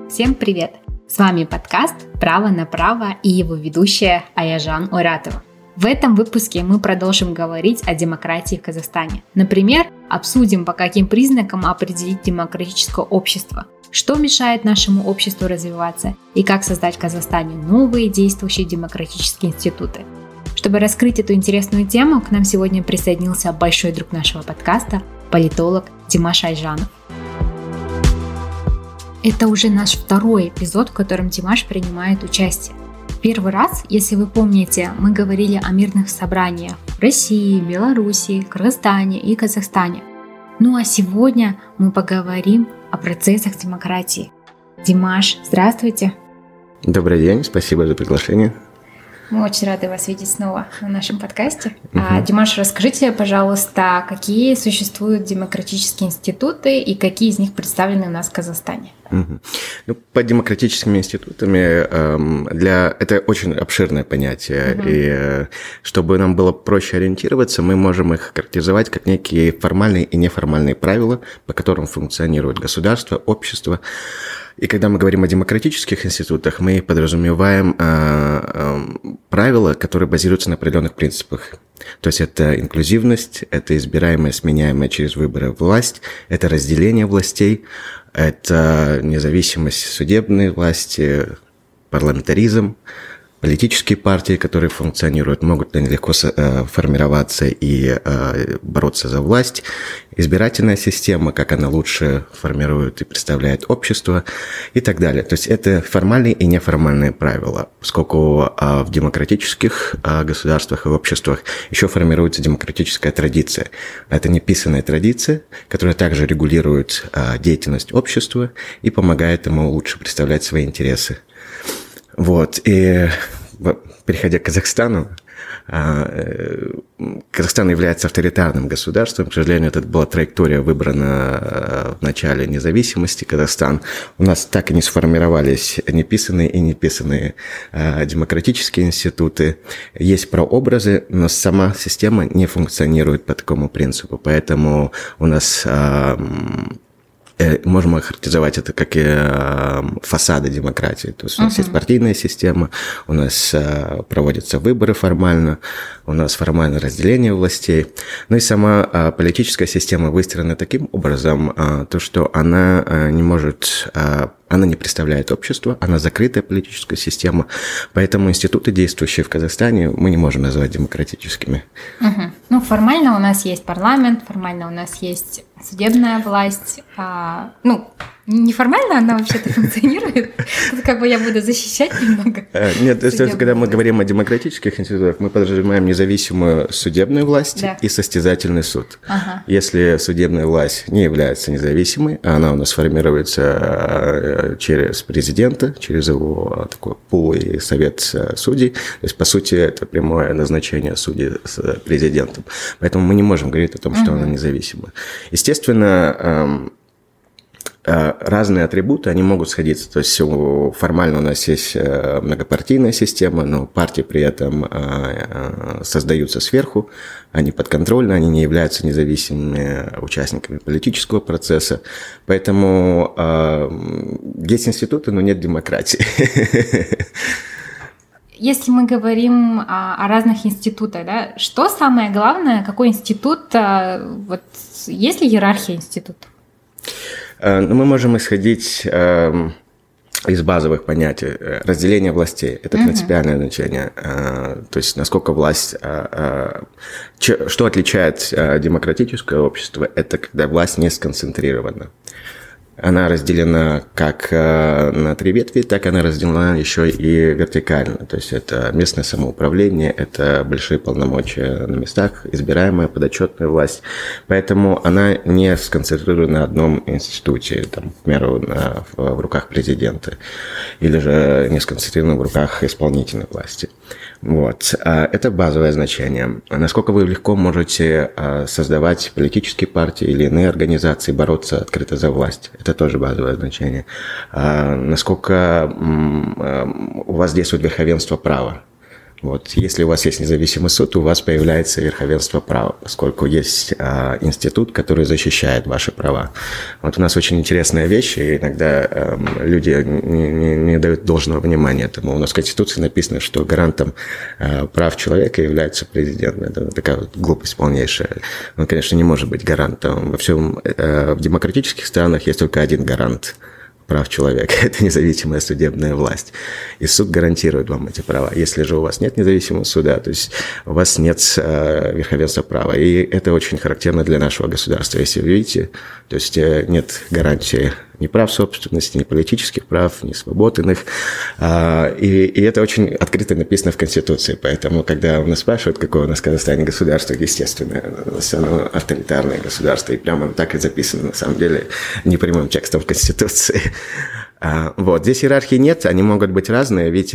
Всем привет! С вами подкаст «Право на право» и его ведущая Аяжан Оратова. В этом выпуске мы продолжим говорить о демократии в Казахстане. Например, обсудим, по каким признакам определить демократическое общество, что мешает нашему обществу развиваться и как создать в Казахстане новые действующие демократические институты. Чтобы раскрыть эту интересную тему, к нам сегодня присоединился большой друг нашего подкаста, политолог Димаш Айжанов. Это уже наш второй эпизод, в котором Димаш принимает участие. Первый раз, если вы помните, мы говорили о мирных собраниях в России, Беларуси, Кыргызстане и Казахстане. Ну а сегодня мы поговорим о процессах демократии. Димаш, здравствуйте. Добрый день, спасибо за приглашение. Мы очень рады вас видеть снова на нашем подкасте. Димаш, расскажите, пожалуйста, какие существуют демократические институты и какие из них представлены у нас в Казахстане? Ну, под демократическими институтами это очень обширное понятие, и чтобы нам было проще ориентироваться, мы можем их характеризовать как некие формальные и неформальные правила, по которым функционирует государство, общество. И когда мы говорим о демократических институтах, мы подразумеваем правила, которые базируются на определенных принципах. То есть это инклюзивность, это избираемая, сменяемая через выборы власть, это разделение властей, это независимость судебной власти, парламентаризм, политические партии, которые функционируют, могут легко формироваться и бороться за власть. Избирательная система, как она лучше формирует и представляет общество и так далее. То есть это формальные и неформальные правила, поскольку в демократических государствах и обществах еще формируется демократическая традиция. Это неписанная традиция, которая также регулирует деятельность общества и помогает ему лучше представлять свои интересы. Вот, и переходя к Казахстану, Казахстан является авторитарным государством. К сожалению, это была траектория выбрана в начале независимости Казахстана. У нас так и не сформировались неписанные и неписанные демократические институты. Есть прообразы, но сама система не функционирует по такому принципу. Поэтому у нас... Можем охарактеризовать это как фасады демократии. То есть у нас есть партийная система, у нас проводятся выборы формально, у нас формальное разделение властей. Ну и сама политическая система выстроена таким образом, то, что она не может... Она не представляет общество, она закрытая политическая система, поэтому институты, действующие в Казахстане, мы не можем назвать демократическими. Ну, формально у нас есть парламент, формально у нас есть судебная власть. Неформально она вообще-то функционирует. Тут как бы я буду защищать немного. Нет, то есть, когда мы говорим о демократических институтах, мы подразумеваем независимую судебную власть и состязательный суд. Если судебная власть не является независимой, а она у нас формируется через президента, через его такой пул и совет судей, то есть, по сути, это прямое назначение судей с президентом. Поэтому мы не можем говорить о том, что она независима. Естественно, разные атрибуты, они могут сходиться. То есть формально у нас есть многопартийная система, но партии при этом создаются сверху, они подконтрольны, они не являются независимыми участниками политического процесса. Поэтому есть институты, но нет демократии. Если мы говорим о разных институтах, да, что самое главное, какой институт, есть ли иерархия институтов? Мы можем исходить из базовых понятий. Разделение властей – это принципиальное значение. То есть насколько власть… Что отличает демократическое общество – это когда власть не сконцентрирована. Она разделена как на 3 ветви, так она разделена еще и вертикально. То есть это местное самоуправление, это большие полномочия на местах, избираемая подотчетная власть. Поэтому она не сконцентрирована на одном институте, там, к примеру, в руках президента, или же не сконцентрирована в руках исполнительной власти. Вот. Это базовое значение. Насколько вы легко можете создавать политические партии или иные организации, бороться открыто за власть. Это тоже базовое значение. Насколько у вас действует верховенство права. Вот. Если у вас есть независимый суд, у вас появляется верховенство права, поскольку есть институт, который защищает ваши права. Вот у нас очень интересная вещь, и иногда люди не дают должного внимания этому. У нас в Конституции написано, что гарантом прав человека является президент. Это такая вот глупость полнейшая. Он, конечно, не может быть гарантом. В демократических странах есть только один гарант прав человека. Это независимая судебная власть. И суд гарантирует вам эти права. Если же у вас нет независимого суда, то есть у вас нет верховенства права. И это очень характерно для нашего государства. Если вы видите, то есть нет гарантии ни прав собственности, ни политических прав, ни свобод иных. И это очень открыто написано в Конституции. Поэтому, когда у нас спрашивают, какое у нас в Казахстане государство, естественно, оно авторитарное государство. И прямо так и записано, на самом деле, непрямым текстом в Конституции. Вот. Здесь иерархии нет, они могут быть разные, ведь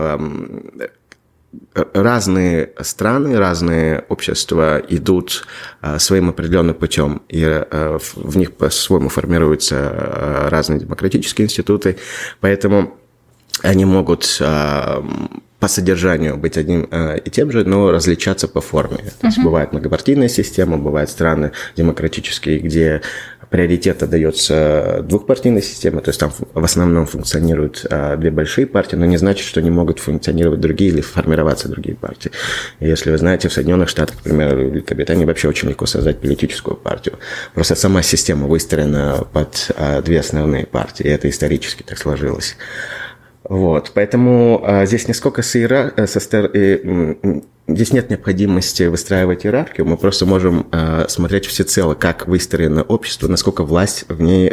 разные страны, разные общества идут своим определенным путем, и в них по-своему формируются разные демократические институты, поэтому они могут по содержанию быть одним и тем же, но различаться по форме. То есть бывает многопартийная система, бывают страны демократические, где приоритет отдается двухпартийной системе, то есть там в основном функционируют две большие партии, но не значит, что не могут функционировать другие или формироваться другие партии. И если вы знаете, в Соединенных Штатах, например, в Великобритании вообще очень легко создать политическую партию. Просто сама система выстроена под две основные партии, и это исторически так сложилось. Вот, поэтому здесь не сколько здесь нет необходимости выстраивать иерархию, мы просто можем смотреть всецело, как выстроено общество, насколько власть в ней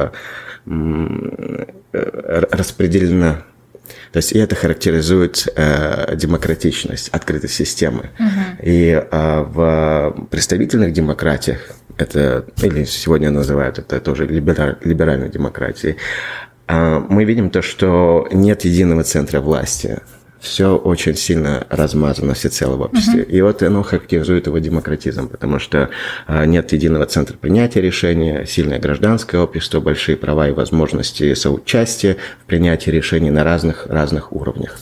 распределена. То есть и это характеризует демократичность, открытость системы. И в представительных демократиях, это, или сегодня называют это тоже либеральной демократией, мы видим то, что нет единого центра власти. Все очень сильно размазано всецело в обществе. И вот оно характеризует его демократизм, потому что нет единого центра принятия решения, сильное гражданское общество, большие права и возможности соучастия в принятии решений на разных уровнях.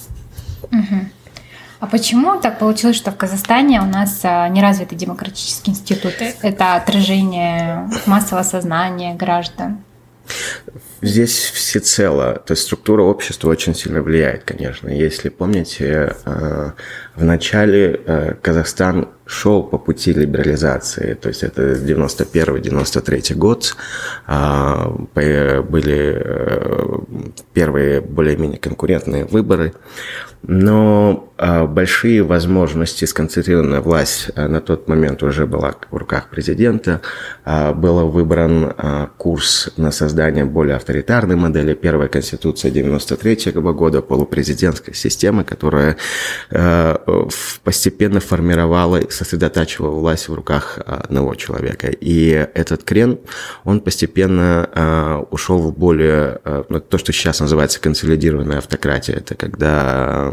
А почему так получилось, что в Казахстане у нас не развиты демократические институты? Это отражение массового сознания граждан. Здесь всецело, то есть структура общества очень сильно влияет, конечно. Если помните, в начале Казахстан шел по пути либерализации, то есть это 91-93 год, были первые более-менее конкурентные выборы, но большие возможности, сконцентрированная власть на тот момент уже была в руках президента, был выбран курс на создание более авторитарной модели. Первая конституция 93 года, полупрезидентская система, которая постепенно формировала и сосредотачивала власть в руках одного человека. И этот крен, он постепенно ушел в более, то, что сейчас называется консолидированная автократия. Это когда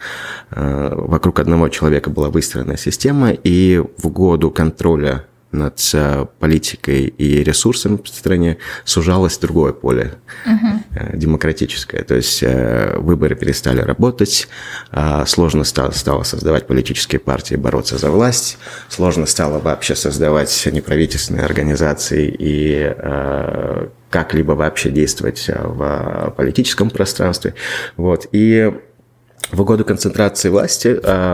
вокруг одного человека была выстроена система, и в угоду контроля над политикой и ресурсами в стране сужалось другое поле, демократическое. То есть выборы перестали работать, сложно стало создавать политические партии, бороться за власть, сложно стало вообще создавать неправительственные организации и как-либо вообще действовать в политическом пространстве. Вот. И в угоду концентрации власти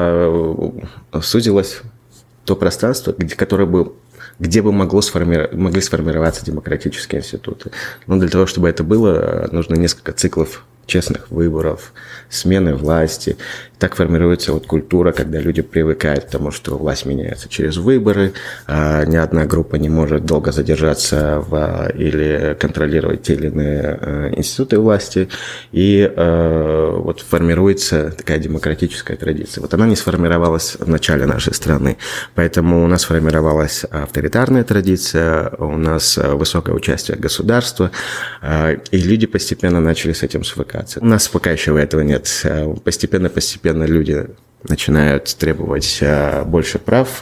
сузилось то пространство, где бы могли сформироваться демократические институты. Но для того, чтобы это было, нужно несколько циклов честных выборов, смены власти. Так формируется вот культура, когда люди привыкают к тому, что власть меняется через выборы, ни одна группа не может долго задержаться или контролировать те или иные институты власти, и вот формируется такая демократическая традиция. Вот она не сформировалась в начале нашей страны, поэтому у нас сформировалась авторитарная традиция, у нас высокое участие государства, и люди постепенно начали с этим свыкаться. У нас пока еще этого нет. Постепенно люди начинают требовать больше прав.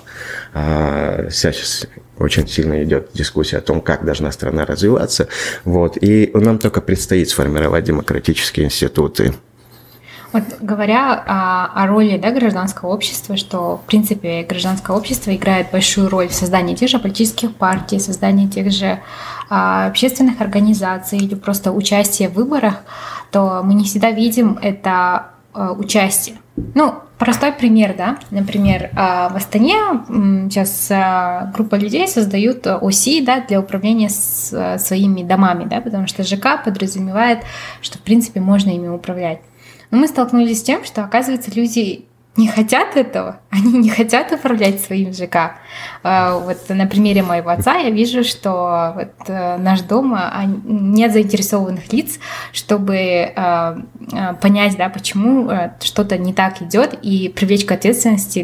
Сейчас очень сильно идет дискуссия о том, как должна страна развиваться. Вот. И нам только предстоит сформировать демократические институты. Вот говоря о роли, да, гражданского общества, что, в принципе, гражданское общество играет большую роль в создании тех же политических партий, создании тех же общественных организаций или просто участия в выборах, то мы не всегда видим это участие. Ну, простой пример, да, например, в Астане сейчас группа людей создают ОСИ, да, для управления своими домами, да, потому что ЖК подразумевает, что, в принципе, можно ими управлять. Но мы столкнулись с тем, что, оказывается, люди не хотят этого, они не хотят управлять своим ЖК. Вот на примере моего отца я вижу, что вот наш дом, нет заинтересованных лиц, чтобы понять, да, почему что-то не так идет, и привлечь к ответственности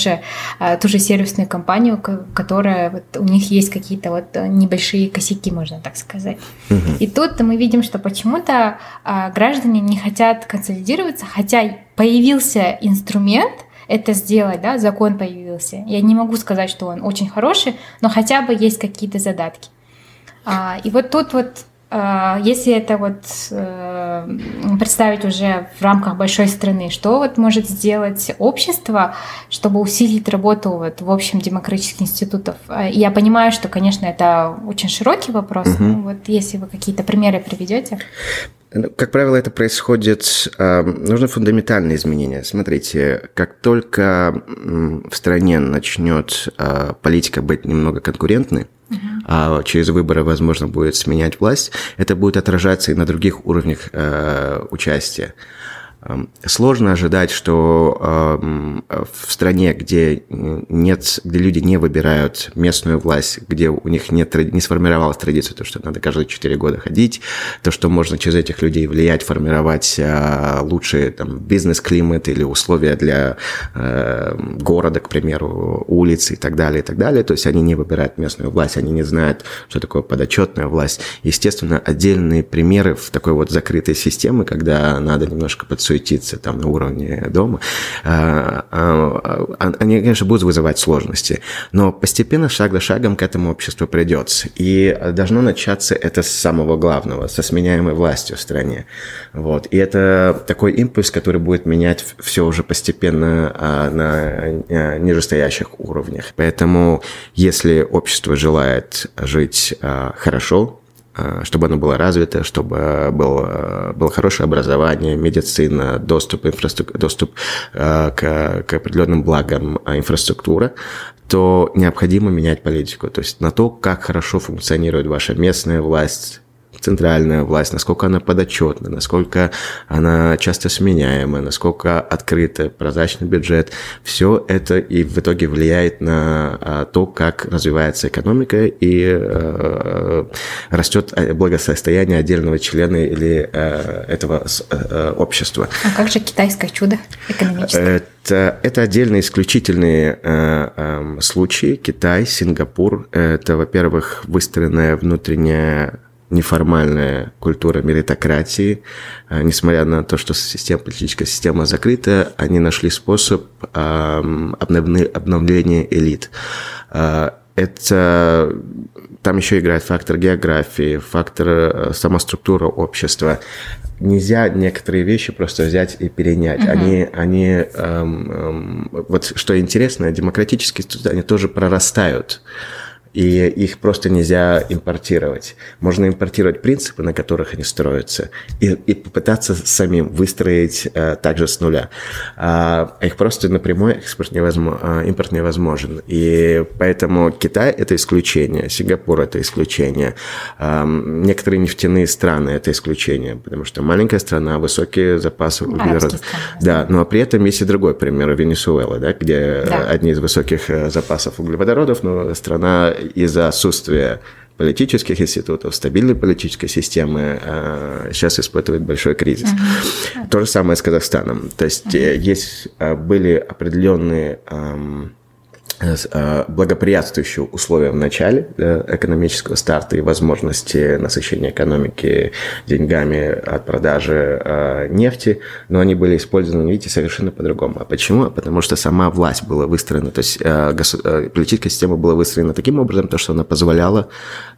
ту же сервисную компанию, которая вот, у них есть какие-то вот небольшие косяки, можно так сказать. И тут мы видим, что почему-то граждане не хотят консолидироваться, хотя появился инструмент это сделать, да, закон появился. Я не могу сказать, что он очень хороший, но хотя бы есть какие-то задатки. И вот тут вот, если это вот представить уже в рамках большой страны, что вот может сделать общество, чтобы усилить работу вот в общем демократических институтов? И я понимаю, что, конечно, это очень широкий вопрос, но вот если вы какие-то примеры приведете. Как правило, это происходит, нужны фундаментальные изменения. Смотрите, как только в стране начнет политика быть немного конкурентной, а через выборы, возможно, будет сменять власть, это будет отражаться и на других уровнях участия. Сложно ожидать, что в стране, где люди не выбирают местную власть, где у них не сформировалась традиция, то, что надо каждые 4 года ходить, то, что можно через этих людей влиять, формировать лучшие там, бизнес-климат или условия для города, к примеру, улицы и так далее, и так далее. То есть они не выбирают местную власть, они не знают, что такое подотчетная власть. Естественно, отдельные примеры в такой вот закрытой системе, когда надо немножко подсуетиться там на уровне дома, они, конечно, будут вызывать сложности, но постепенно, шаг за шагом к этому обществу придется. И должно начаться это с самого главного, со сменяемой властью в стране. Вот. И это такой импульс, который будет менять все уже постепенно на нижестоящих уровнях. Поэтому, если общество желает жить хорошо, чтобы оно было развито, чтобы было хорошее образование, медицина, доступ к определенным благам, инфраструктура, то необходимо менять политику. То есть на то, как хорошо функционирует ваша местная власть, центральная власть, насколько она подотчетна, насколько она часто сменяема, насколько открытый, прозрачный бюджет. Все это и в итоге влияет на то, как развивается экономика и растет благосостояние отдельного члена или этого общества. А как же китайское чудо экономическое? Это отдельные исключительные случаи. Китай, Сингапур – это, во-первых, выстроенная внутренняя неформальная культура меритократии. Несмотря на то, что политическая система закрыта, они нашли способ обновления элит. Это там еще играет фактор географии, фактор сама структура общества. Нельзя некоторые вещи просто взять и перенять. Вот что интересно, демократические институты, они тоже прорастают. И их просто нельзя импортировать. Можно импортировать принципы, на которых они строятся, и попытаться самим выстроить также с нуля. Их просто напрямую импорт невозможен. И поэтому Китай – это исключение, Сингапур – это исключение, некоторые нефтяные страны – это исключение, потому что маленькая страна, высокие запасы углеродов. Да, но при этом есть и другой пример – Венесуэла, да, где одни из высоких запасов углеводородов, но страна из-за отсутствия политических институтов, стабильной политической системы сейчас испытывает большой кризис. То же самое с Казахстаном. То есть были определенные благоприятствующие условия в начале экономического старта и возможности насыщения экономики деньгами от продажи нефти, но они были использованы, видите, совершенно по-другому. А почему? Потому что сама власть была выстроена, то есть политическая система была выстроена таким образом, что она позволяла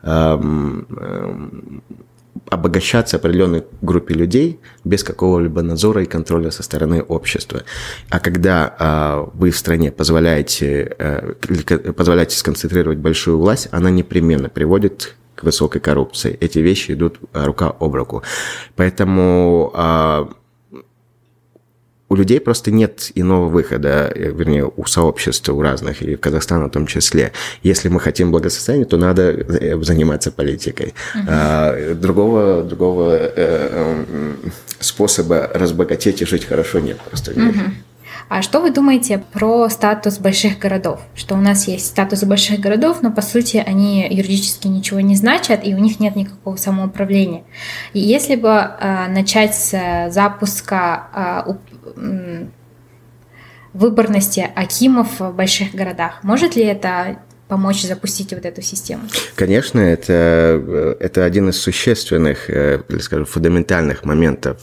обогащаться определенной группе людей без какого-либо надзора и контроля со стороны общества. А когда вы в стране позволяете сконцентрировать большую власть, она непременно приводит к высокой коррупции. Эти вещи идут рука об руку. Поэтому у людей просто нет иного выхода, вернее, у сообществ, у разных, и в Казахстане в том числе. Если мы хотим благосостояния, то надо заниматься политикой. Другого способа разбогатеть и жить хорошо нет просто в мире. А что вы думаете про статус больших городов? Что у нас есть статус больших городов, но по сути они юридически ничего не значат, и у них нет никакого самоуправления. И если бы начать с запуска выборности акимов в больших городах, может ли это помочь запустить вот эту систему? Конечно, это один из существенных, или, скажем, фундаментальных моментов.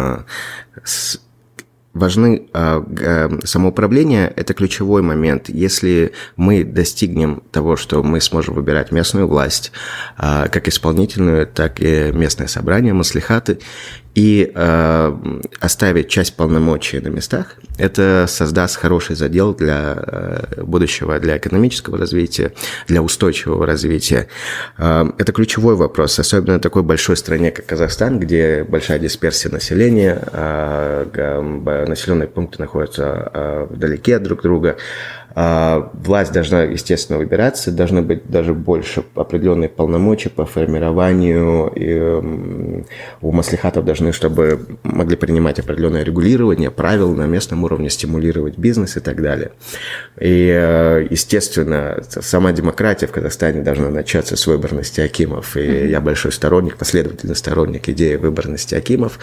Важны самоуправление – это ключевой момент. Если мы достигнем того, что мы сможем выбирать местную власть, как исполнительную, так и местное собрание, маслихаты, и оставить часть полномочий на местах, это создаст хороший задел для будущего, для экономического развития, для устойчивого развития. Это ключевой вопрос, особенно в такой большой стране, как Казахстан, где большая дисперсия населения, населенные пункты находятся вдалеке друг друга. Власть должна, естественно, выбираться, должны быть даже больше определенные полномочия по формированию, и у маслихатов должны, чтобы могли принимать определенное регулирование правил на местном уровне, стимулировать бизнес и так далее. И, естественно, сама демократия в Казахстане должна начаться с выборности акимов, и я большой сторонник, последовательный сторонник идеи выборности акимов,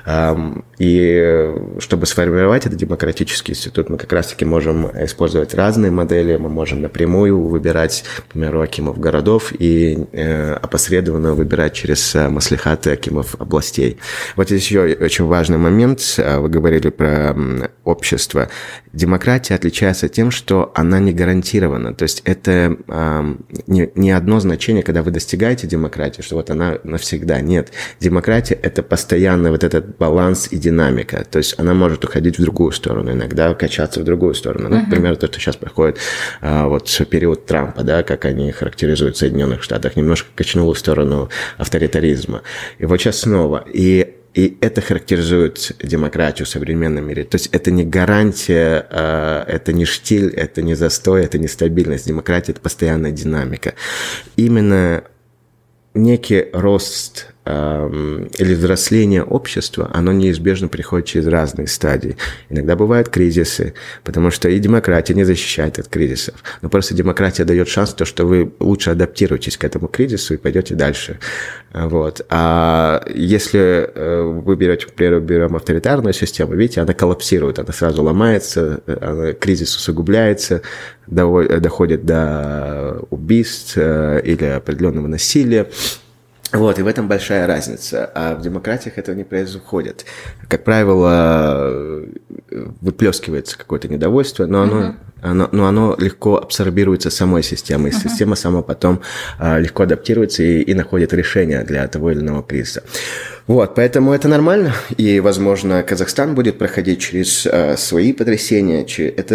и чтобы сформировать этот демократический институт, мы как раз-таки можем использовать разные модели, мы можем напрямую выбирать, к примеру, акимов городов и опосредованно выбирать через маслихаты акимов областей. Вот здесь еще очень важный момент, вы говорили про общество. Демократия отличается тем, что она не гарантирована, то есть это не одно значение, когда вы достигаете демократии, что вот она навсегда. Нет, демократия – это постоянный вот этот баланс и динамика, то есть она может уходить в другую сторону, иногда качаться в другую сторону. Ну, например, то, что сейчас проходит вот период Трампа, да, как они характеризуют в Соединенных Штатах, немножко качнуло в сторону авторитаризма. И вот сейчас снова. И это характеризует демократию в современном мире. То есть это не гарантия, это не штиль, это не застой, это не стабильность. Демократия – это постоянная динамика. Именно некий рост или взросление общества, оно неизбежно приходит через разные стадии. Иногда бывают кризисы, потому что и демократия не защищает от кризисов. Но просто демократия дает шанс, то, что вы лучше адаптируетесь к этому кризису и пойдете дальше. Вот. А если вы берем авторитарную систему, видите, она коллапсирует, она сразу ломается, кризис усугубляется, доходит до убийств или определенного насилия. Вот, и в этом большая разница. А в демократиях этого не происходит. Как правило, выплескивается какое-то недовольство, но оно легко абсорбируется самой системой. И система сама потом легко адаптируется и находит решение для того или иного кризиса. Вот, поэтому это нормально, и, возможно, Казахстан будет проходить через свои потрясения.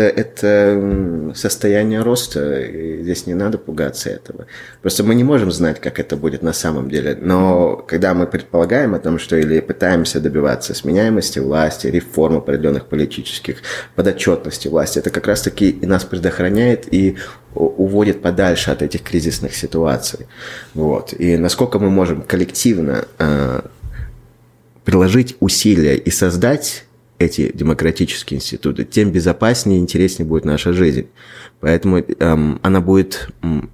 Это состояние роста, и здесь не надо пугаться этого. Просто мы не можем знать, как это будет на самом деле, но когда мы предполагаем о том, что или пытаемся добиваться сменяемости власти, реформ определенных политических, подотчетности власти, это как раз-таки и нас предохраняет, и уводит подальше от этих кризисных ситуаций. Вот. И насколько мы можем коллективно приложить усилия и создать эти демократические институты, тем безопаснее и интереснее будет наша жизнь. Поэтому она будет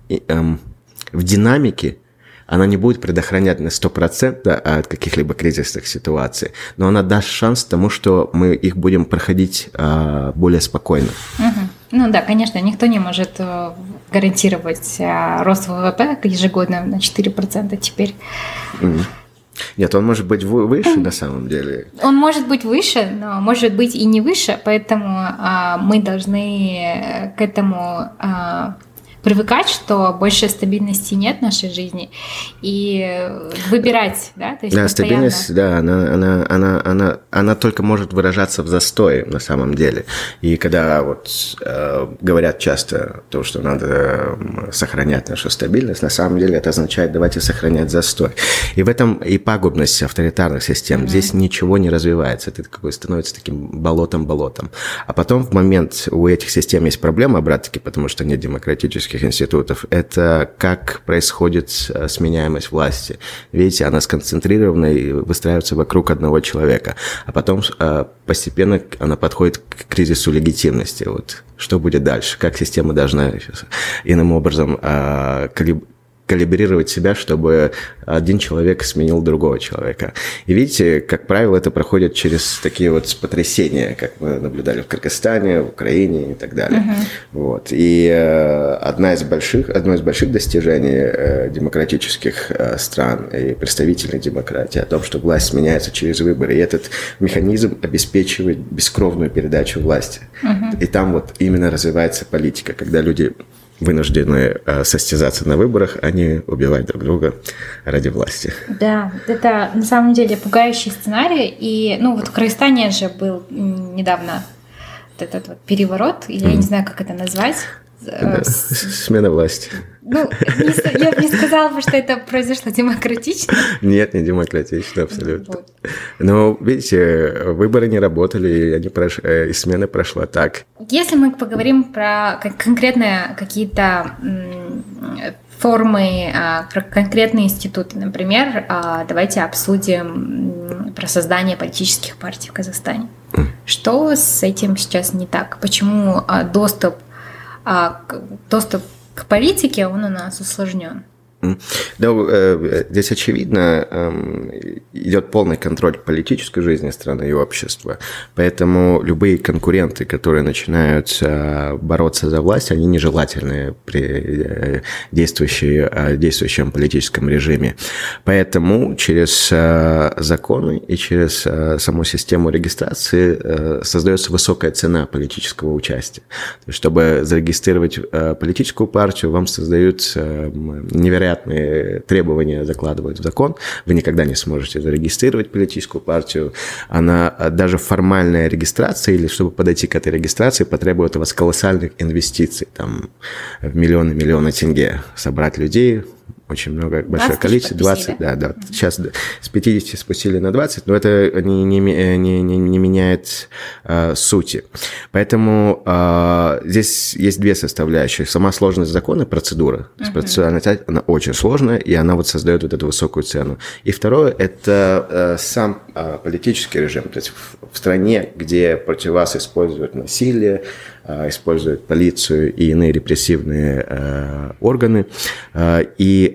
в динамике, она не будет предохранять на 100% от каких-либо кризисных ситуаций, но она даст шанс тому, что мы их будем проходить более спокойно. Ну да, конечно, никто не может гарантировать рост ВВП ежегодно на 4% теперь. Нет, он может быть выше на самом деле. Он может быть выше, но может быть и не выше, поэтому мы должны к этому привыкать, что больше стабильности нет в нашей жизни, и выбирать, да, то есть да, стабильность, да, она только может выражаться в застое на самом деле. И когда вот говорят часто то, что надо сохранять нашу стабильность, на самом деле это означает давайте сохранять застой. И в этом и пагубность авторитарных систем. Здесь ничего не развивается, это какой становится таким болотом. А потом в момент у этих систем есть проблема, опять-таки, потому что нет демократических институтов, это как происходит сменяемость власти. Видите, она сконцентрирована и выстраивается вокруг одного человека, а потом постепенно она подходит к кризису легитимности. Вот что будет дальше? Как система должна иным образом калибрировать себя, чтобы один человек сменил другого человека. И видите, как правило, это проходит через такие вот потрясения, как мы наблюдали в Кыргызстане, в Украине и так далее. Вот. И одно из больших достижений демократических стран и представительной демократии о том, что власть сменяется через выборы. И этот механизм обеспечивает бескровную передачу власти. И там вот именно развивается политика, когда люди вынуждены состязаться на выборах, а не убивать друг друга ради власти. Да, это на самом деле пугающий сценарий. И, ну, вот в Кыргызстане же был недавно вот этот вот переворот, или я не знаю, как это назвать. Да, смена власти. Ну, я бы не сказала бы, что это произошло демократично. Нет, не демократично, абсолютно. Вот. Но, видите, выборы не работали, и смена прошла так. Если мы поговорим про конкретные какие-то формы, про конкретные институты, например, давайте обсудим про создание политических партий в Казахстане. Что с этим сейчас не так? Почему доступ к политике, он у нас усложнен? Да, здесь, очевидно, идет полный контроль политической жизни страны и общества. Поэтому любые конкуренты, которые начинают бороться за власть, они нежелательны при действующем политическом режиме. Поэтому через законы и через саму систему регистрации создается высокая цена политического участия. То есть, чтобы зарегистрировать политическую партию, вам создают невероятные требования, закладывают в закон. Вы никогда не сможете зарегистрировать политическую партию. Она, даже формальная регистрация, или чтобы подойти к этой регистрации, потребует у вас колоссальных инвестиций, там, в миллионы тенге. Собрать людей, очень много, большое количество, 20, да. Сейчас с 50 спустили на 20, но это не меняет сути. Поэтому здесь есть две составляющие. Сама сложность закона, процедура. То есть процедурная часть, она очень сложная, и она вот создает вот эту высокую цену. И второе, это сам политический режим. То есть в стране, где против вас используют насилие, используют полицию и иные репрессивные органы, и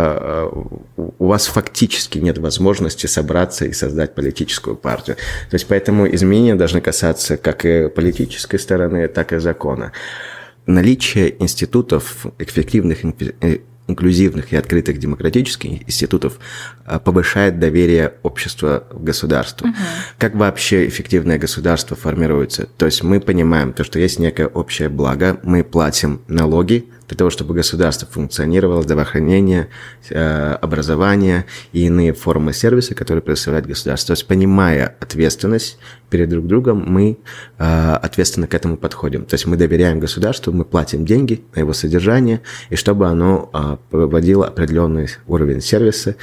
у вас фактически нет возможности собраться и создать политическую партию. То есть поэтому изменения должны касаться как и политической стороны, так и закона. Наличие институтов, эффективных, инклюзивных и открытых демократических институтов повышает доверие общества в государство. Как вообще эффективное государство формируется? То есть мы понимаем, что есть некое общее благо, мы платим налоги для того, чтобы государство функционировало, здравоохранение, образование и иные формы сервиса, которые предоставляет государство. То есть, понимая ответственность перед друг другом, мы ответственно к этому подходим. То есть мы доверяем государству, мы платим деньги на его содержание, и чтобы оно проводило определенный уровень сервиса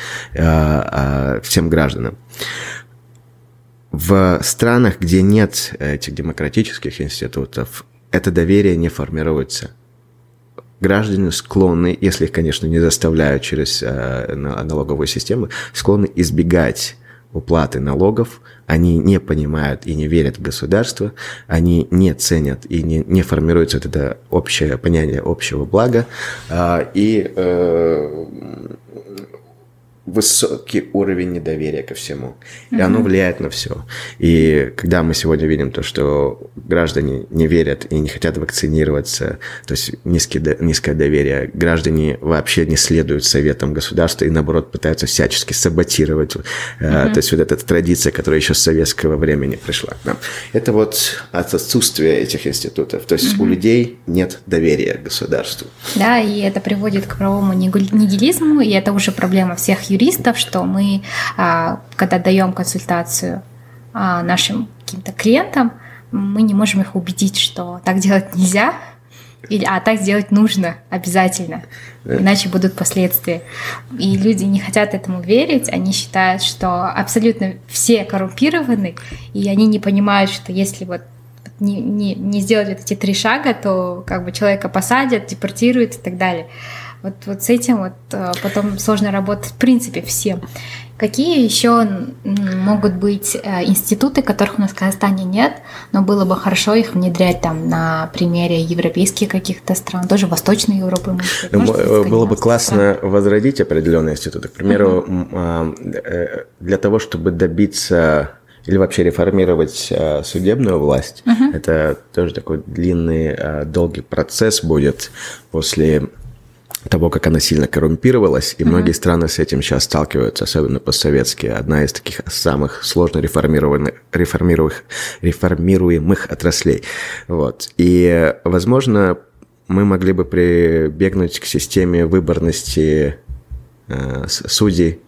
всем гражданам. В странах, где нет этих демократических институтов, это доверие не формируется. Граждане склонны, если их, конечно, не заставляют через налоговую систему, склонны избегать уплаты налогов, они не понимают и не верят в государство, они не ценят и не формируется вот это общее понятие общего блага, и высокий уровень недоверия ко всему. И оно влияет на все. И когда мы сегодня видим то, что граждане не верят и не хотят вакцинироваться, то есть низкое доверие, граждане вообще не следуют советам государства и, наоборот, пытаются всячески саботировать. То есть вот эта традиция, которая еще с советского времени пришла к нам. Это вот от отсутствия этих институтов. То есть у людей нет доверия к государству. Да, и это приводит к правовому нигилизму, и это уже проблема всех юристов, что мы, когда даем консультацию нашим каким-то клиентам, мы не можем их убедить, что так делать нельзя, а так делать нужно обязательно, иначе будут последствия. И люди не хотят этому верить, они считают, что абсолютно все коррумпированы, и они не понимают, что если вот не сделать вот эти 3 шага, то как бы человека посадят, депортируют и так далее. Вот с этим вот потом сложно работать в принципе всем. Какие еще могут быть институты, которых у нас в Казахстане нет, но было бы хорошо их внедрять там на примере европейских каких-то стран, тоже Восточной Европы? Было бы классно возродить определенные институты. К примеру, для того, чтобы добиться или вообще реформировать судебную власть, это тоже такой длинный, долгий процесс будет после того, как она сильно коррумпировалась, и многие страны с этим сейчас сталкиваются, особенно постсоветские. Одна из таких самых сложно реформируемых отраслей. Вот. И, возможно, мы могли бы прибегнуть к системе выборности судей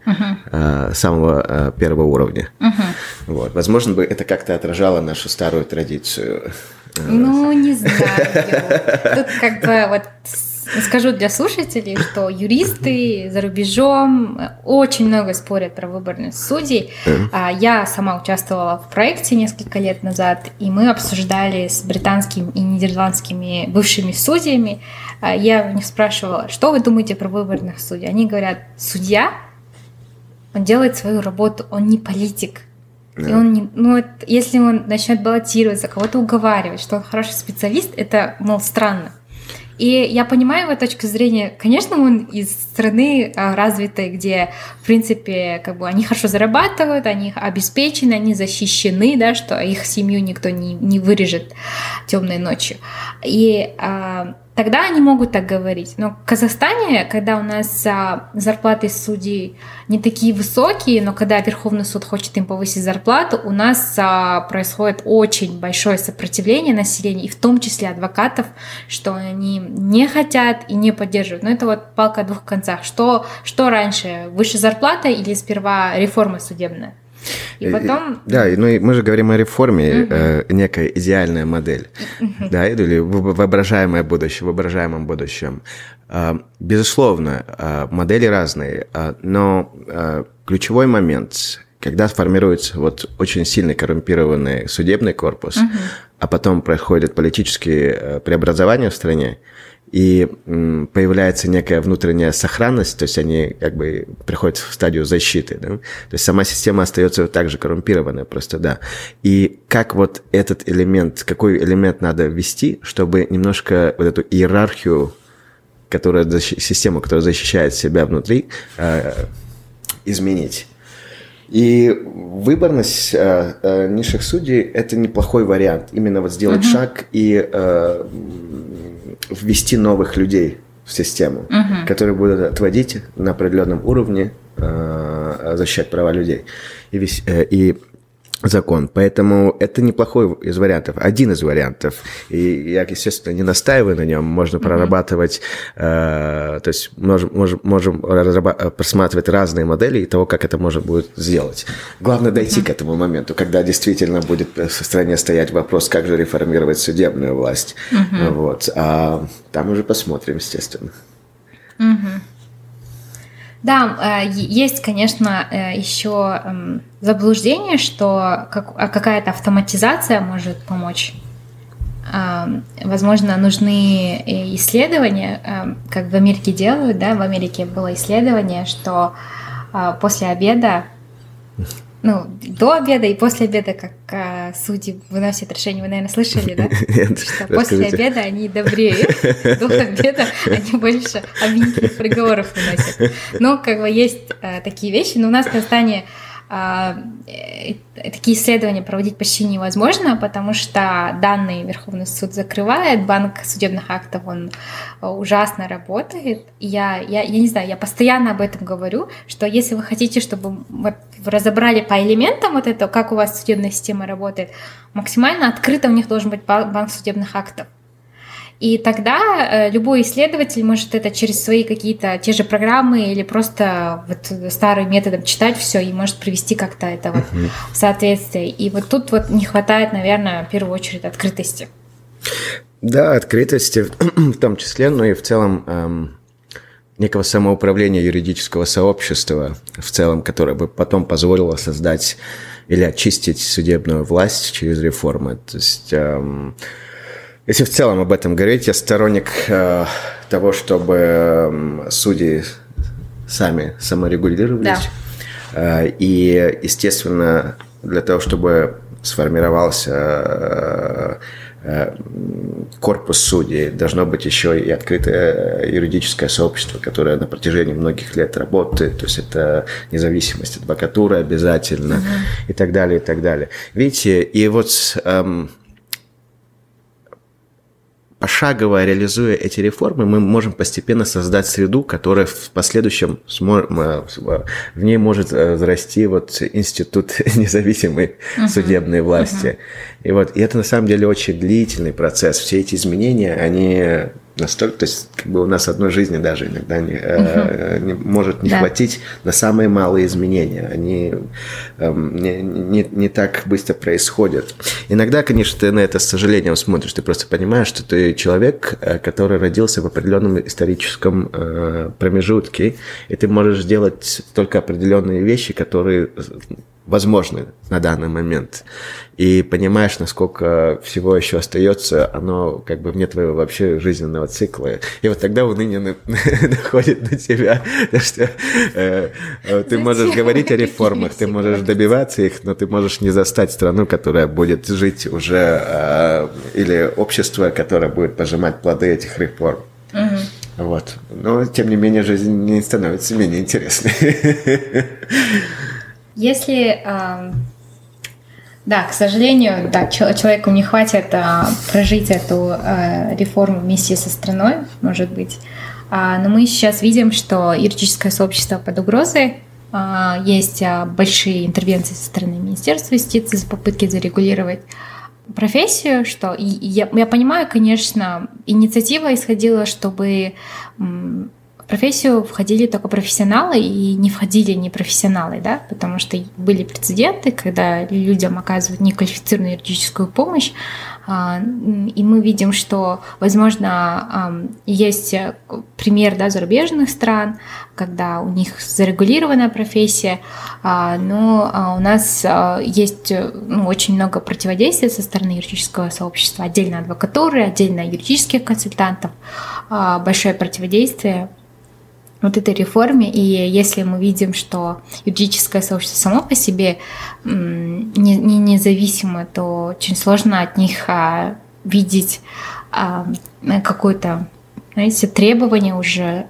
самого первого уровня. Вот. Возможно, бы это как-то отражало нашу старую традицию. Ну, не знаю. Тут как бы вот скажу для слушателей, что юристы за рубежом очень много спорят про выборность судей. Я сама участвовала в проекте несколько лет назад, и мы обсуждали с британскими и нидерландскими бывшими судьями. Я у них спрашивала, что вы думаете про выборных судей? Они говорят, судья, он делает свою работу, он не политик. И он не, если он начнет баллотироваться, кого-то уговаривать, что он хороший специалист, это, мол, странно. И я понимаю его точку зрения. Конечно, он из страны развитой, где, в принципе, как бы они хорошо зарабатывают, они обеспечены, они защищены, да, что их семью никто не вырежет темной ночью. И тогда они могут так говорить. Но в Казахстане, когда у нас зарплаты судей не такие высокие, но когда Верховный суд хочет им повысить зарплату, у нас происходит очень большое сопротивление населения, и в том числе адвокатов, что они не хотят и не поддерживают. Но это вот палка о 2 концах. Что раньше, выше зарплата или сперва реформа судебная? И потом... Да, ну и мы же говорим о реформе, некая идеальная модель, да, или воображаемое будущее, в воображаемом будущем. Безусловно, модели разные, но ключевой момент, когда формируется вот очень сильно коррумпированный судебный корпус, а потом происходят политические преобразования в стране, и появляется некая внутренняя сохранность, то есть они как бы приходят в стадию защиты, да? То есть сама система остается также коррумпированная просто, да. И как вот этот элемент, какой элемент надо ввести, чтобы немножко вот эту иерархию, систему, которая защищает себя внутри, изменить. И выборность низших судей – это неплохой вариант. Именно вот сделать шаг и ввести новых людей в систему, которые будут отводить на определенном уровне, защищать права людей и закон. Поэтому это неплохой из вариантов, один из вариантов. И я, естественно, не настаиваю на нем. Можно прорабатывать, то есть можем просматривать разные модели того, как это можно будет сделать. Главное дойти к этому моменту, когда действительно будет в стране стоять вопрос, как же реформировать судебную власть. Вот. А там уже посмотрим, естественно. Да, есть, конечно, еще заблуждение, что какая-то автоматизация может помочь. Возможно, нужны исследования, как в Америке делают, да, в Америке было исследование, что после обеда до обеда и после обеда, как судьи выносят решение, вы, наверное, слышали, да? Нет, что после обеда они добрее, до обеда они больше обвинительных приговоров выносят. Но есть такие вещи, но у нас в Казахстане такие исследования проводить почти невозможно, потому что данный Верховный суд закрывает, банк судебных актов, он ужасно работает. Я не знаю, я постоянно об этом говорю, что если вы хотите, чтобы вы разобрали по элементам это, как у вас судебная система работает, максимально открыто у них должен быть банк судебных актов. И тогда любой исследователь может это через свои какие-то те же программы или просто старым методом читать все и может привести как-то это в соответствие. И тут не хватает, наверное, в первую очередь открытости. Да, открытости в том числе, но и в целом некого самоуправления юридического сообщества в целом, которое бы потом позволило создать или очистить судебную власть через реформы. То есть... Если в целом об этом говорить, я сторонник того, чтобы судьи сами саморегулировались. Да. И, естественно, для того, чтобы сформировался корпус судей, должно быть еще и открытое юридическое сообщество, которое на протяжении многих лет работает. То есть это независимость адвокатуры обязательно и так далее, и так далее. Видите, и пошагово реализуя эти реформы, мы можем постепенно создать среду, которая в последующем в ней может зарасти институт независимой судебной власти. И это на самом деле очень длительный процесс. Все эти изменения, они настолько, то есть у нас одной жизни даже иногда не может не хватить на самые малые изменения. Они не так быстро происходят. Иногда, конечно, ты на это с сожалением смотришь, ты просто понимаешь, что ты человек, который родился в определенном историческом промежутке, и ты можешь делать только определенные вещи, которые возможны на данный момент. И понимаешь, насколько всего еще остается, оно вне твоего вообще жизненного цикла. И тогда уныние находит на тебя. Что ты можешь говорить о реформах, ты можешь добиваться их, но ты можешь не застать страну, которая будет жить уже, или общество, которое будет пожимать плоды этих реформ. Но, тем не менее, жизнь не становится менее интересной. Если, к сожалению, человеку не хватит прожить эту реформу вместе со страной, может быть, но мы сейчас видим, что юридическое сообщество под угрозой, есть большие интервенции со стороны Министерства юстиции за попытки зарегулировать профессию, что я понимаю, конечно, инициатива исходила, чтобы в профессию входили только профессионалы и не входили непрофессионалы, да, потому что были прецеденты, когда людям оказывают неквалифицированную юридическую помощь, и мы видим, что, возможно, есть пример, да, зарубежных стран, когда у них зарегулированная профессия, но у нас есть очень много противодействия со стороны юридического сообщества, отдельно адвокатуры, отдельно юридических консультантов, большое противодействие этой реформе. И если мы видим, что юридическое сообщество само по себе не независимо, то очень сложно от них видеть какое-то, знаете, требование уже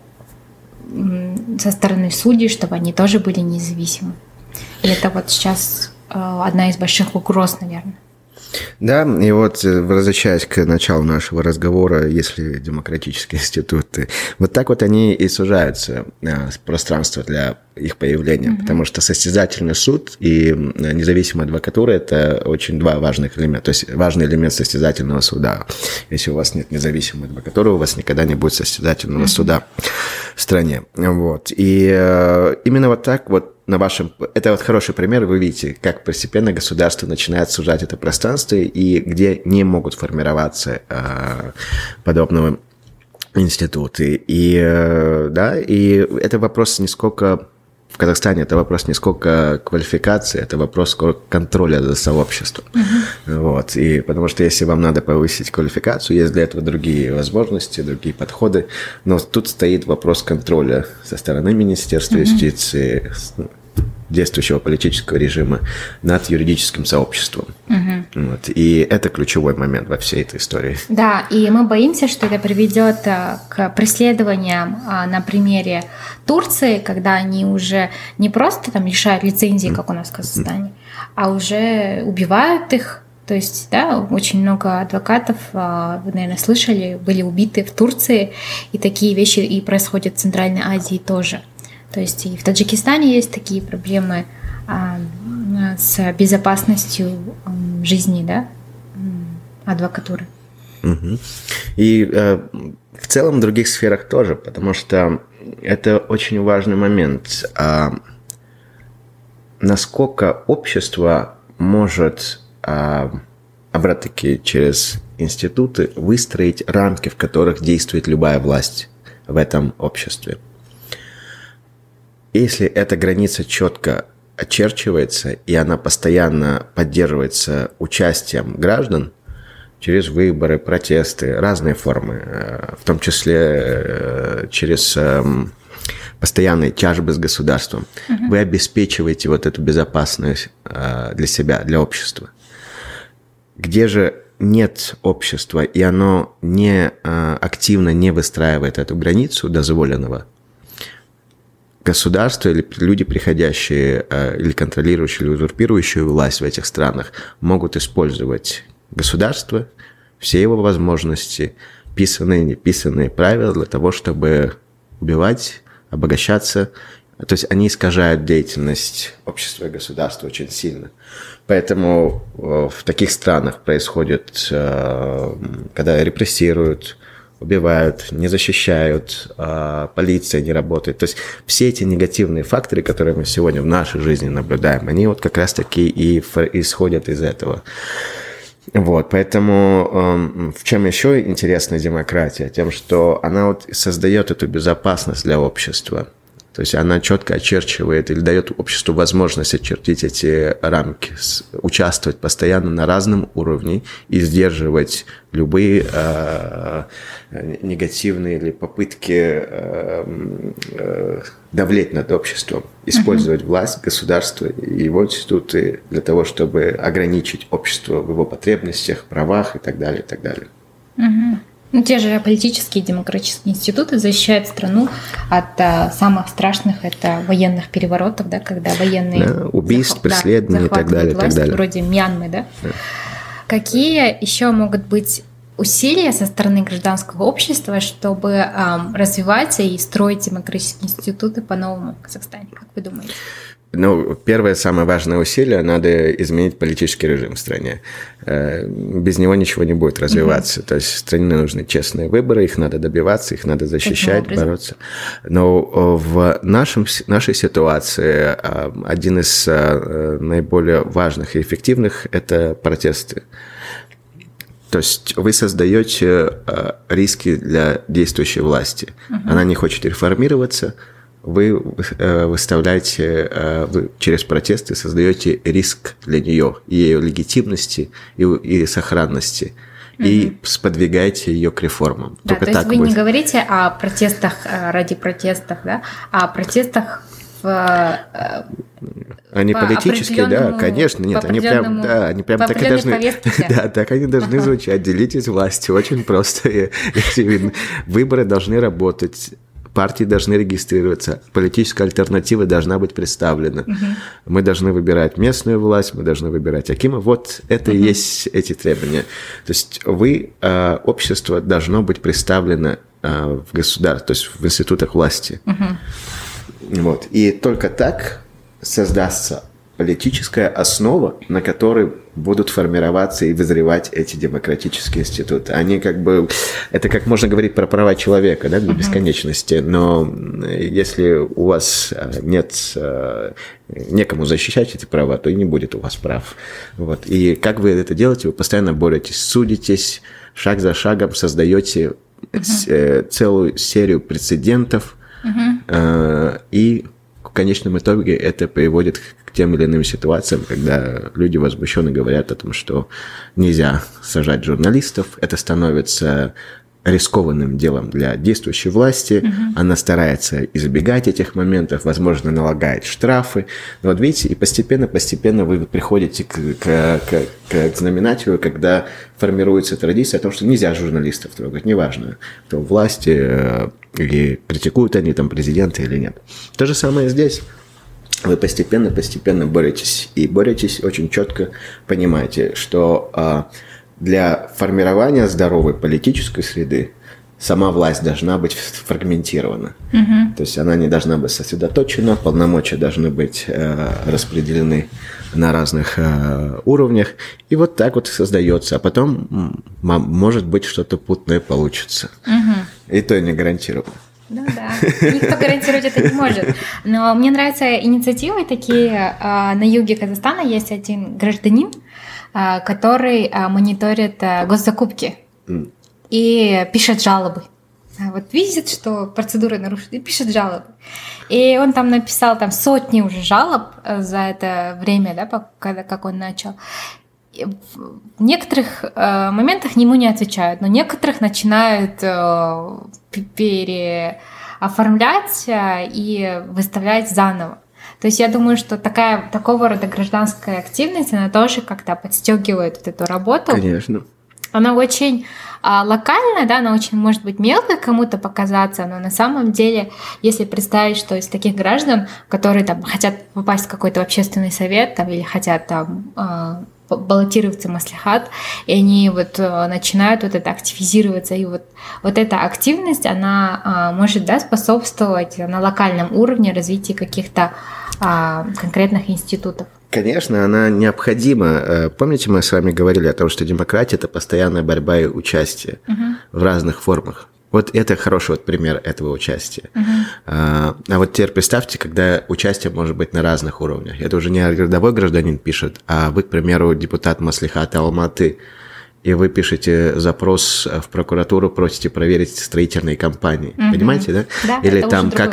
со стороны судей, чтобы они тоже были независимы. И это сейчас одна из больших угроз, наверное. Да, и возвращаясь к началу нашего разговора, если демократические институты, так они и сужаются, пространство для их появления, потому что состязательный суд и независимая адвокатура – это очень два важных элемента, то есть важный элемент состязательного суда. Если у вас нет независимой адвокатуры, у вас никогда не будет состязательного суда в стране. И именно так на вашем... Это хороший пример, вы видите, как постепенно государство начинает сужать это пространство, и где не могут формироваться подобного институты. И это вопрос не сколько... В Казахстане это вопрос не сколько квалификации, это вопрос контроля за сообществом. И потому что если вам надо повысить квалификацию, есть для этого другие возможности, другие подходы. Но тут стоит вопрос контроля со стороны Министерства юстиции, действующего политического режима над юридическим сообществом. Вот. И это ключевой момент во всей этой истории. Да, и мы боимся, что это приведет к преследованиям на примере Турции, когда они уже не просто там лишают лицензии, как у нас в Казахстане, а уже убивают их. То есть, да, очень много адвокатов, вы, наверное, слышали, были убиты в Турции, и такие вещи и происходят в Центральной Азии тоже. То есть и в Таджикистане есть такие проблемы с безопасностью жизни, да, адвокатуры. И в целом в других сферах тоже, потому что это очень важный момент. Насколько общество может, обратно-таки через институты, выстроить рамки, в которых действует любая власть в этом обществе. Если эта граница четко очерчивается, и она постоянно поддерживается участием граждан через выборы, протесты, разные формы, в том числе через постоянные тяжбы с государством, вы обеспечиваете вот эту безопасность для себя, для общества. Где же нет общества, и оно не активно не выстраивает эту границу дозволенного, государство или люди, приходящие или контролирующие, или узурпирующие власть в этих странах, могут использовать государство, все его возможности, писанные, неписанные правила для того, чтобы убивать, обогащаться. То есть они искажают деятельность общества и государства очень сильно. Поэтому в таких странах происходит, когда репрессируют, убивают, не защищают, полиция не работает. То есть все эти негативные факторы, которые мы сегодня в нашей жизни наблюдаем, они вот как раз-таки и исходят из этого. Вот, поэтому в чем еще интересна демократия? Тем, что она вот создает эту безопасность для общества. То есть она четко очерчивает или дает обществу возможность очертить эти рамки, участвовать постоянно на разном уровне и сдерживать любые негативные или попытки давлеть над обществом, использовать власть, государство и его институты для того, чтобы ограничить общество в его потребностях, правах и так далее, и так далее. Ну, те же политические и демократические институты защищают страну от самых страшных, это военных переворотов, да, когда военные убийств, преследований и так далее, власть, вроде Мьянмы, да? Какие еще могут быть усилия со стороны гражданского общества, чтобы развивать и строить демократические институты по-новому в Казахстане? Как вы думаете? Ну, первое, самое важное усилие – надо изменить политический режим в стране. Без него ничего не будет развиваться. То есть стране нужны честные выборы, их надо добиваться, их надо защищать, бороться. Но в нашей ситуации один из наиболее важных и эффективных – это протесты. То есть вы создаете риски для действующей власти. Она не хочет реформироваться. Вы выставляете, вы через протесты создаете риск для нее, и ее легитимности, и сохранности, и сподвигаете ее к реформам. Да, то есть вы не говорите о протестах ради протестов, да, а о протестах они политические, да, конечно, нет, они прям так и должны, да, так они должны звучать. Делитесь властью, очень просто, и очевидно. Выборы должны работать. Партии должны регистрироваться, политическая альтернатива должна быть представлена. Мы должны выбирать местную власть, мы должны выбирать акима. Вот это и есть эти требования. То есть общество должно быть представлено в государстве, то есть в институтах власти. Вот. И только так создастся политическая основа, на которой будут формироваться и вызревать эти демократические институты. Они это как можно говорить про права человека, да, до бесконечности, но если у вас нет некому защищать эти права, то и не будет у вас прав. Вот. И как вы это делаете? Вы постоянно боретесь, судитесь, шаг за шагом создаете целую серию прецедентов, и в конечном итоге это приводит к тем или иным ситуациям, когда люди возмущенно говорят о том, что нельзя сажать журналистов, это становится рискованным делом для действующей власти. Она старается избегать этих моментов, возможно, налагает штрафы. Но вот видите, и постепенно вы приходите к знаменателю, когда формируется традиция о том, что нельзя журналистов трогать, неважно, кто у власти, или критикуют они там президента или нет. То же самое здесь. Вы постепенно боретесь. И боретесь очень четко, понимаете, что для формирования здоровой политической среды сама власть должна быть фрагментирована. То есть она не должна быть сосредоточена, полномочия должны быть распределены на разных уровнях. И вот так вот создается. А потом, может быть, что-то путное получится. И то не гарантированно. Ну да, никто гарантировать это не может. Но мне нравятся инициативы такие. На юге Казахстана есть один гражданин, который мониторит госзакупки и пишет жалобы. Вот видит, что процедура нарушена, и пишет жалобы. И он там написал сотни уже жалоб за это время, да, как он начал. И в некоторых моментах ему не отвечают, но некоторых начинают переоформлять и выставлять заново. То есть я думаю, что такого рода гражданская активность, она тоже как-то подстегивает вот эту работу. Конечно. Она очень локальная, да, она очень, может быть, мелкой кому-то показаться, но на самом деле, если представить, что из таких граждан, которые там хотят попасть в какой-то общественный совет там, или хотят там баллотироваться в маслихат, и они вот начинают вот это активизироваться, и вот эта активность, она может, да, способствовать на локальном уровне развитию каких-то конкретных институтов. Конечно, она необходима. Помните, мы с вами говорили о том, что демократия – это постоянная борьба и участие в разных формах. Вот это хороший вот пример этого участия. А вот теперь представьте, когда участие может быть на разных уровнях. Это уже не рядовой гражданин пишет, а вы, к примеру, депутат маслихата Алматы, и вы пишете запрос в прокуратуру, просите проверить строительные компании. Понимаете, да? Да, или там как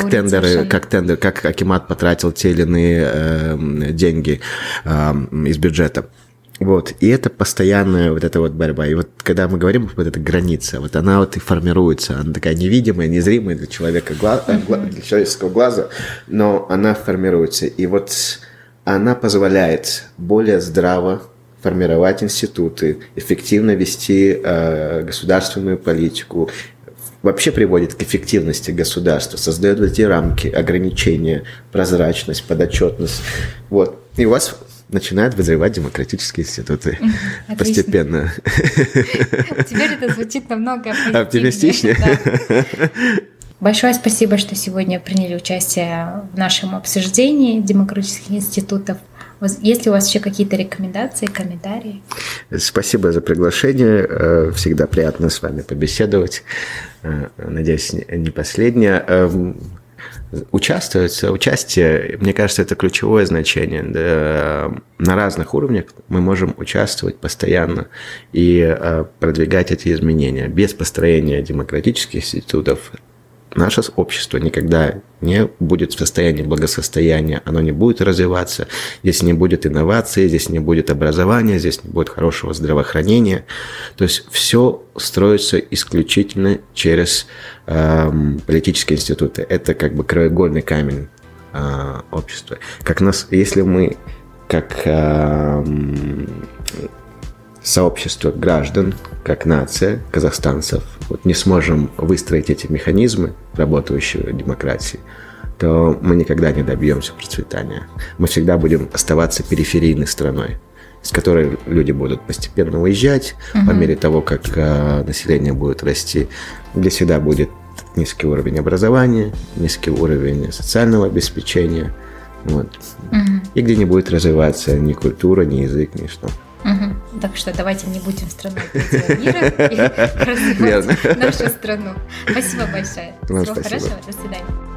акимат потратил те или иные деньги из бюджета. Вот, и это постоянная вот эта вот борьба. И вот когда мы говорим, вот эта граница, вот она вот и формируется, она такая невидимая, незримая для человека, для человеческого глаза, но она формируется. И вот она позволяет более здраво формировать институты, эффективно вести государственную политику, вообще приводит к эффективности государства, создает эти рамки, ограничения, прозрачность, подотчетность. Вот. И у вас начинают вызревать демократические институты. Отлично. Постепенно. Теперь это звучит намного оптимистичнее. Да. Большое спасибо, что сегодня приняли участие в нашем обсуждении демократических институтов. Есть ли у вас еще какие-то рекомендации, комментарии? Спасибо за приглашение. Всегда приятно с вами побеседовать. Надеюсь, не последнее. Участие, мне кажется, это ключевое значение. Да, на разных уровнях мы можем участвовать постоянно и продвигать эти изменения. Без построения демократических институтов наше общество никогда не будет в состоянии благосостояния, оно не будет развиваться, здесь не будет инноваций, здесь не будет образования, здесь не будет хорошего здравоохранения. То есть все строится исключительно через политические институты. Это как бы краеугольный камень общества. Если мы как сообщество граждан, как нация казахстанцев, вот не сможем выстроить эти механизмы работающей демократии, то мы никогда не добьемся процветания. Мы всегда будем оставаться периферийной страной, с которой люди будут постепенно уезжать по мере того, как население будет расти, где всегда будет низкий уровень образования, низкий уровень социального обеспечения, вот. И где не будет развиваться ни культура, ни язык, ни что. Так что давайте не будем страной третьего мира и развивать нашу страну. Спасибо большое. Всего хорошего. До свидания.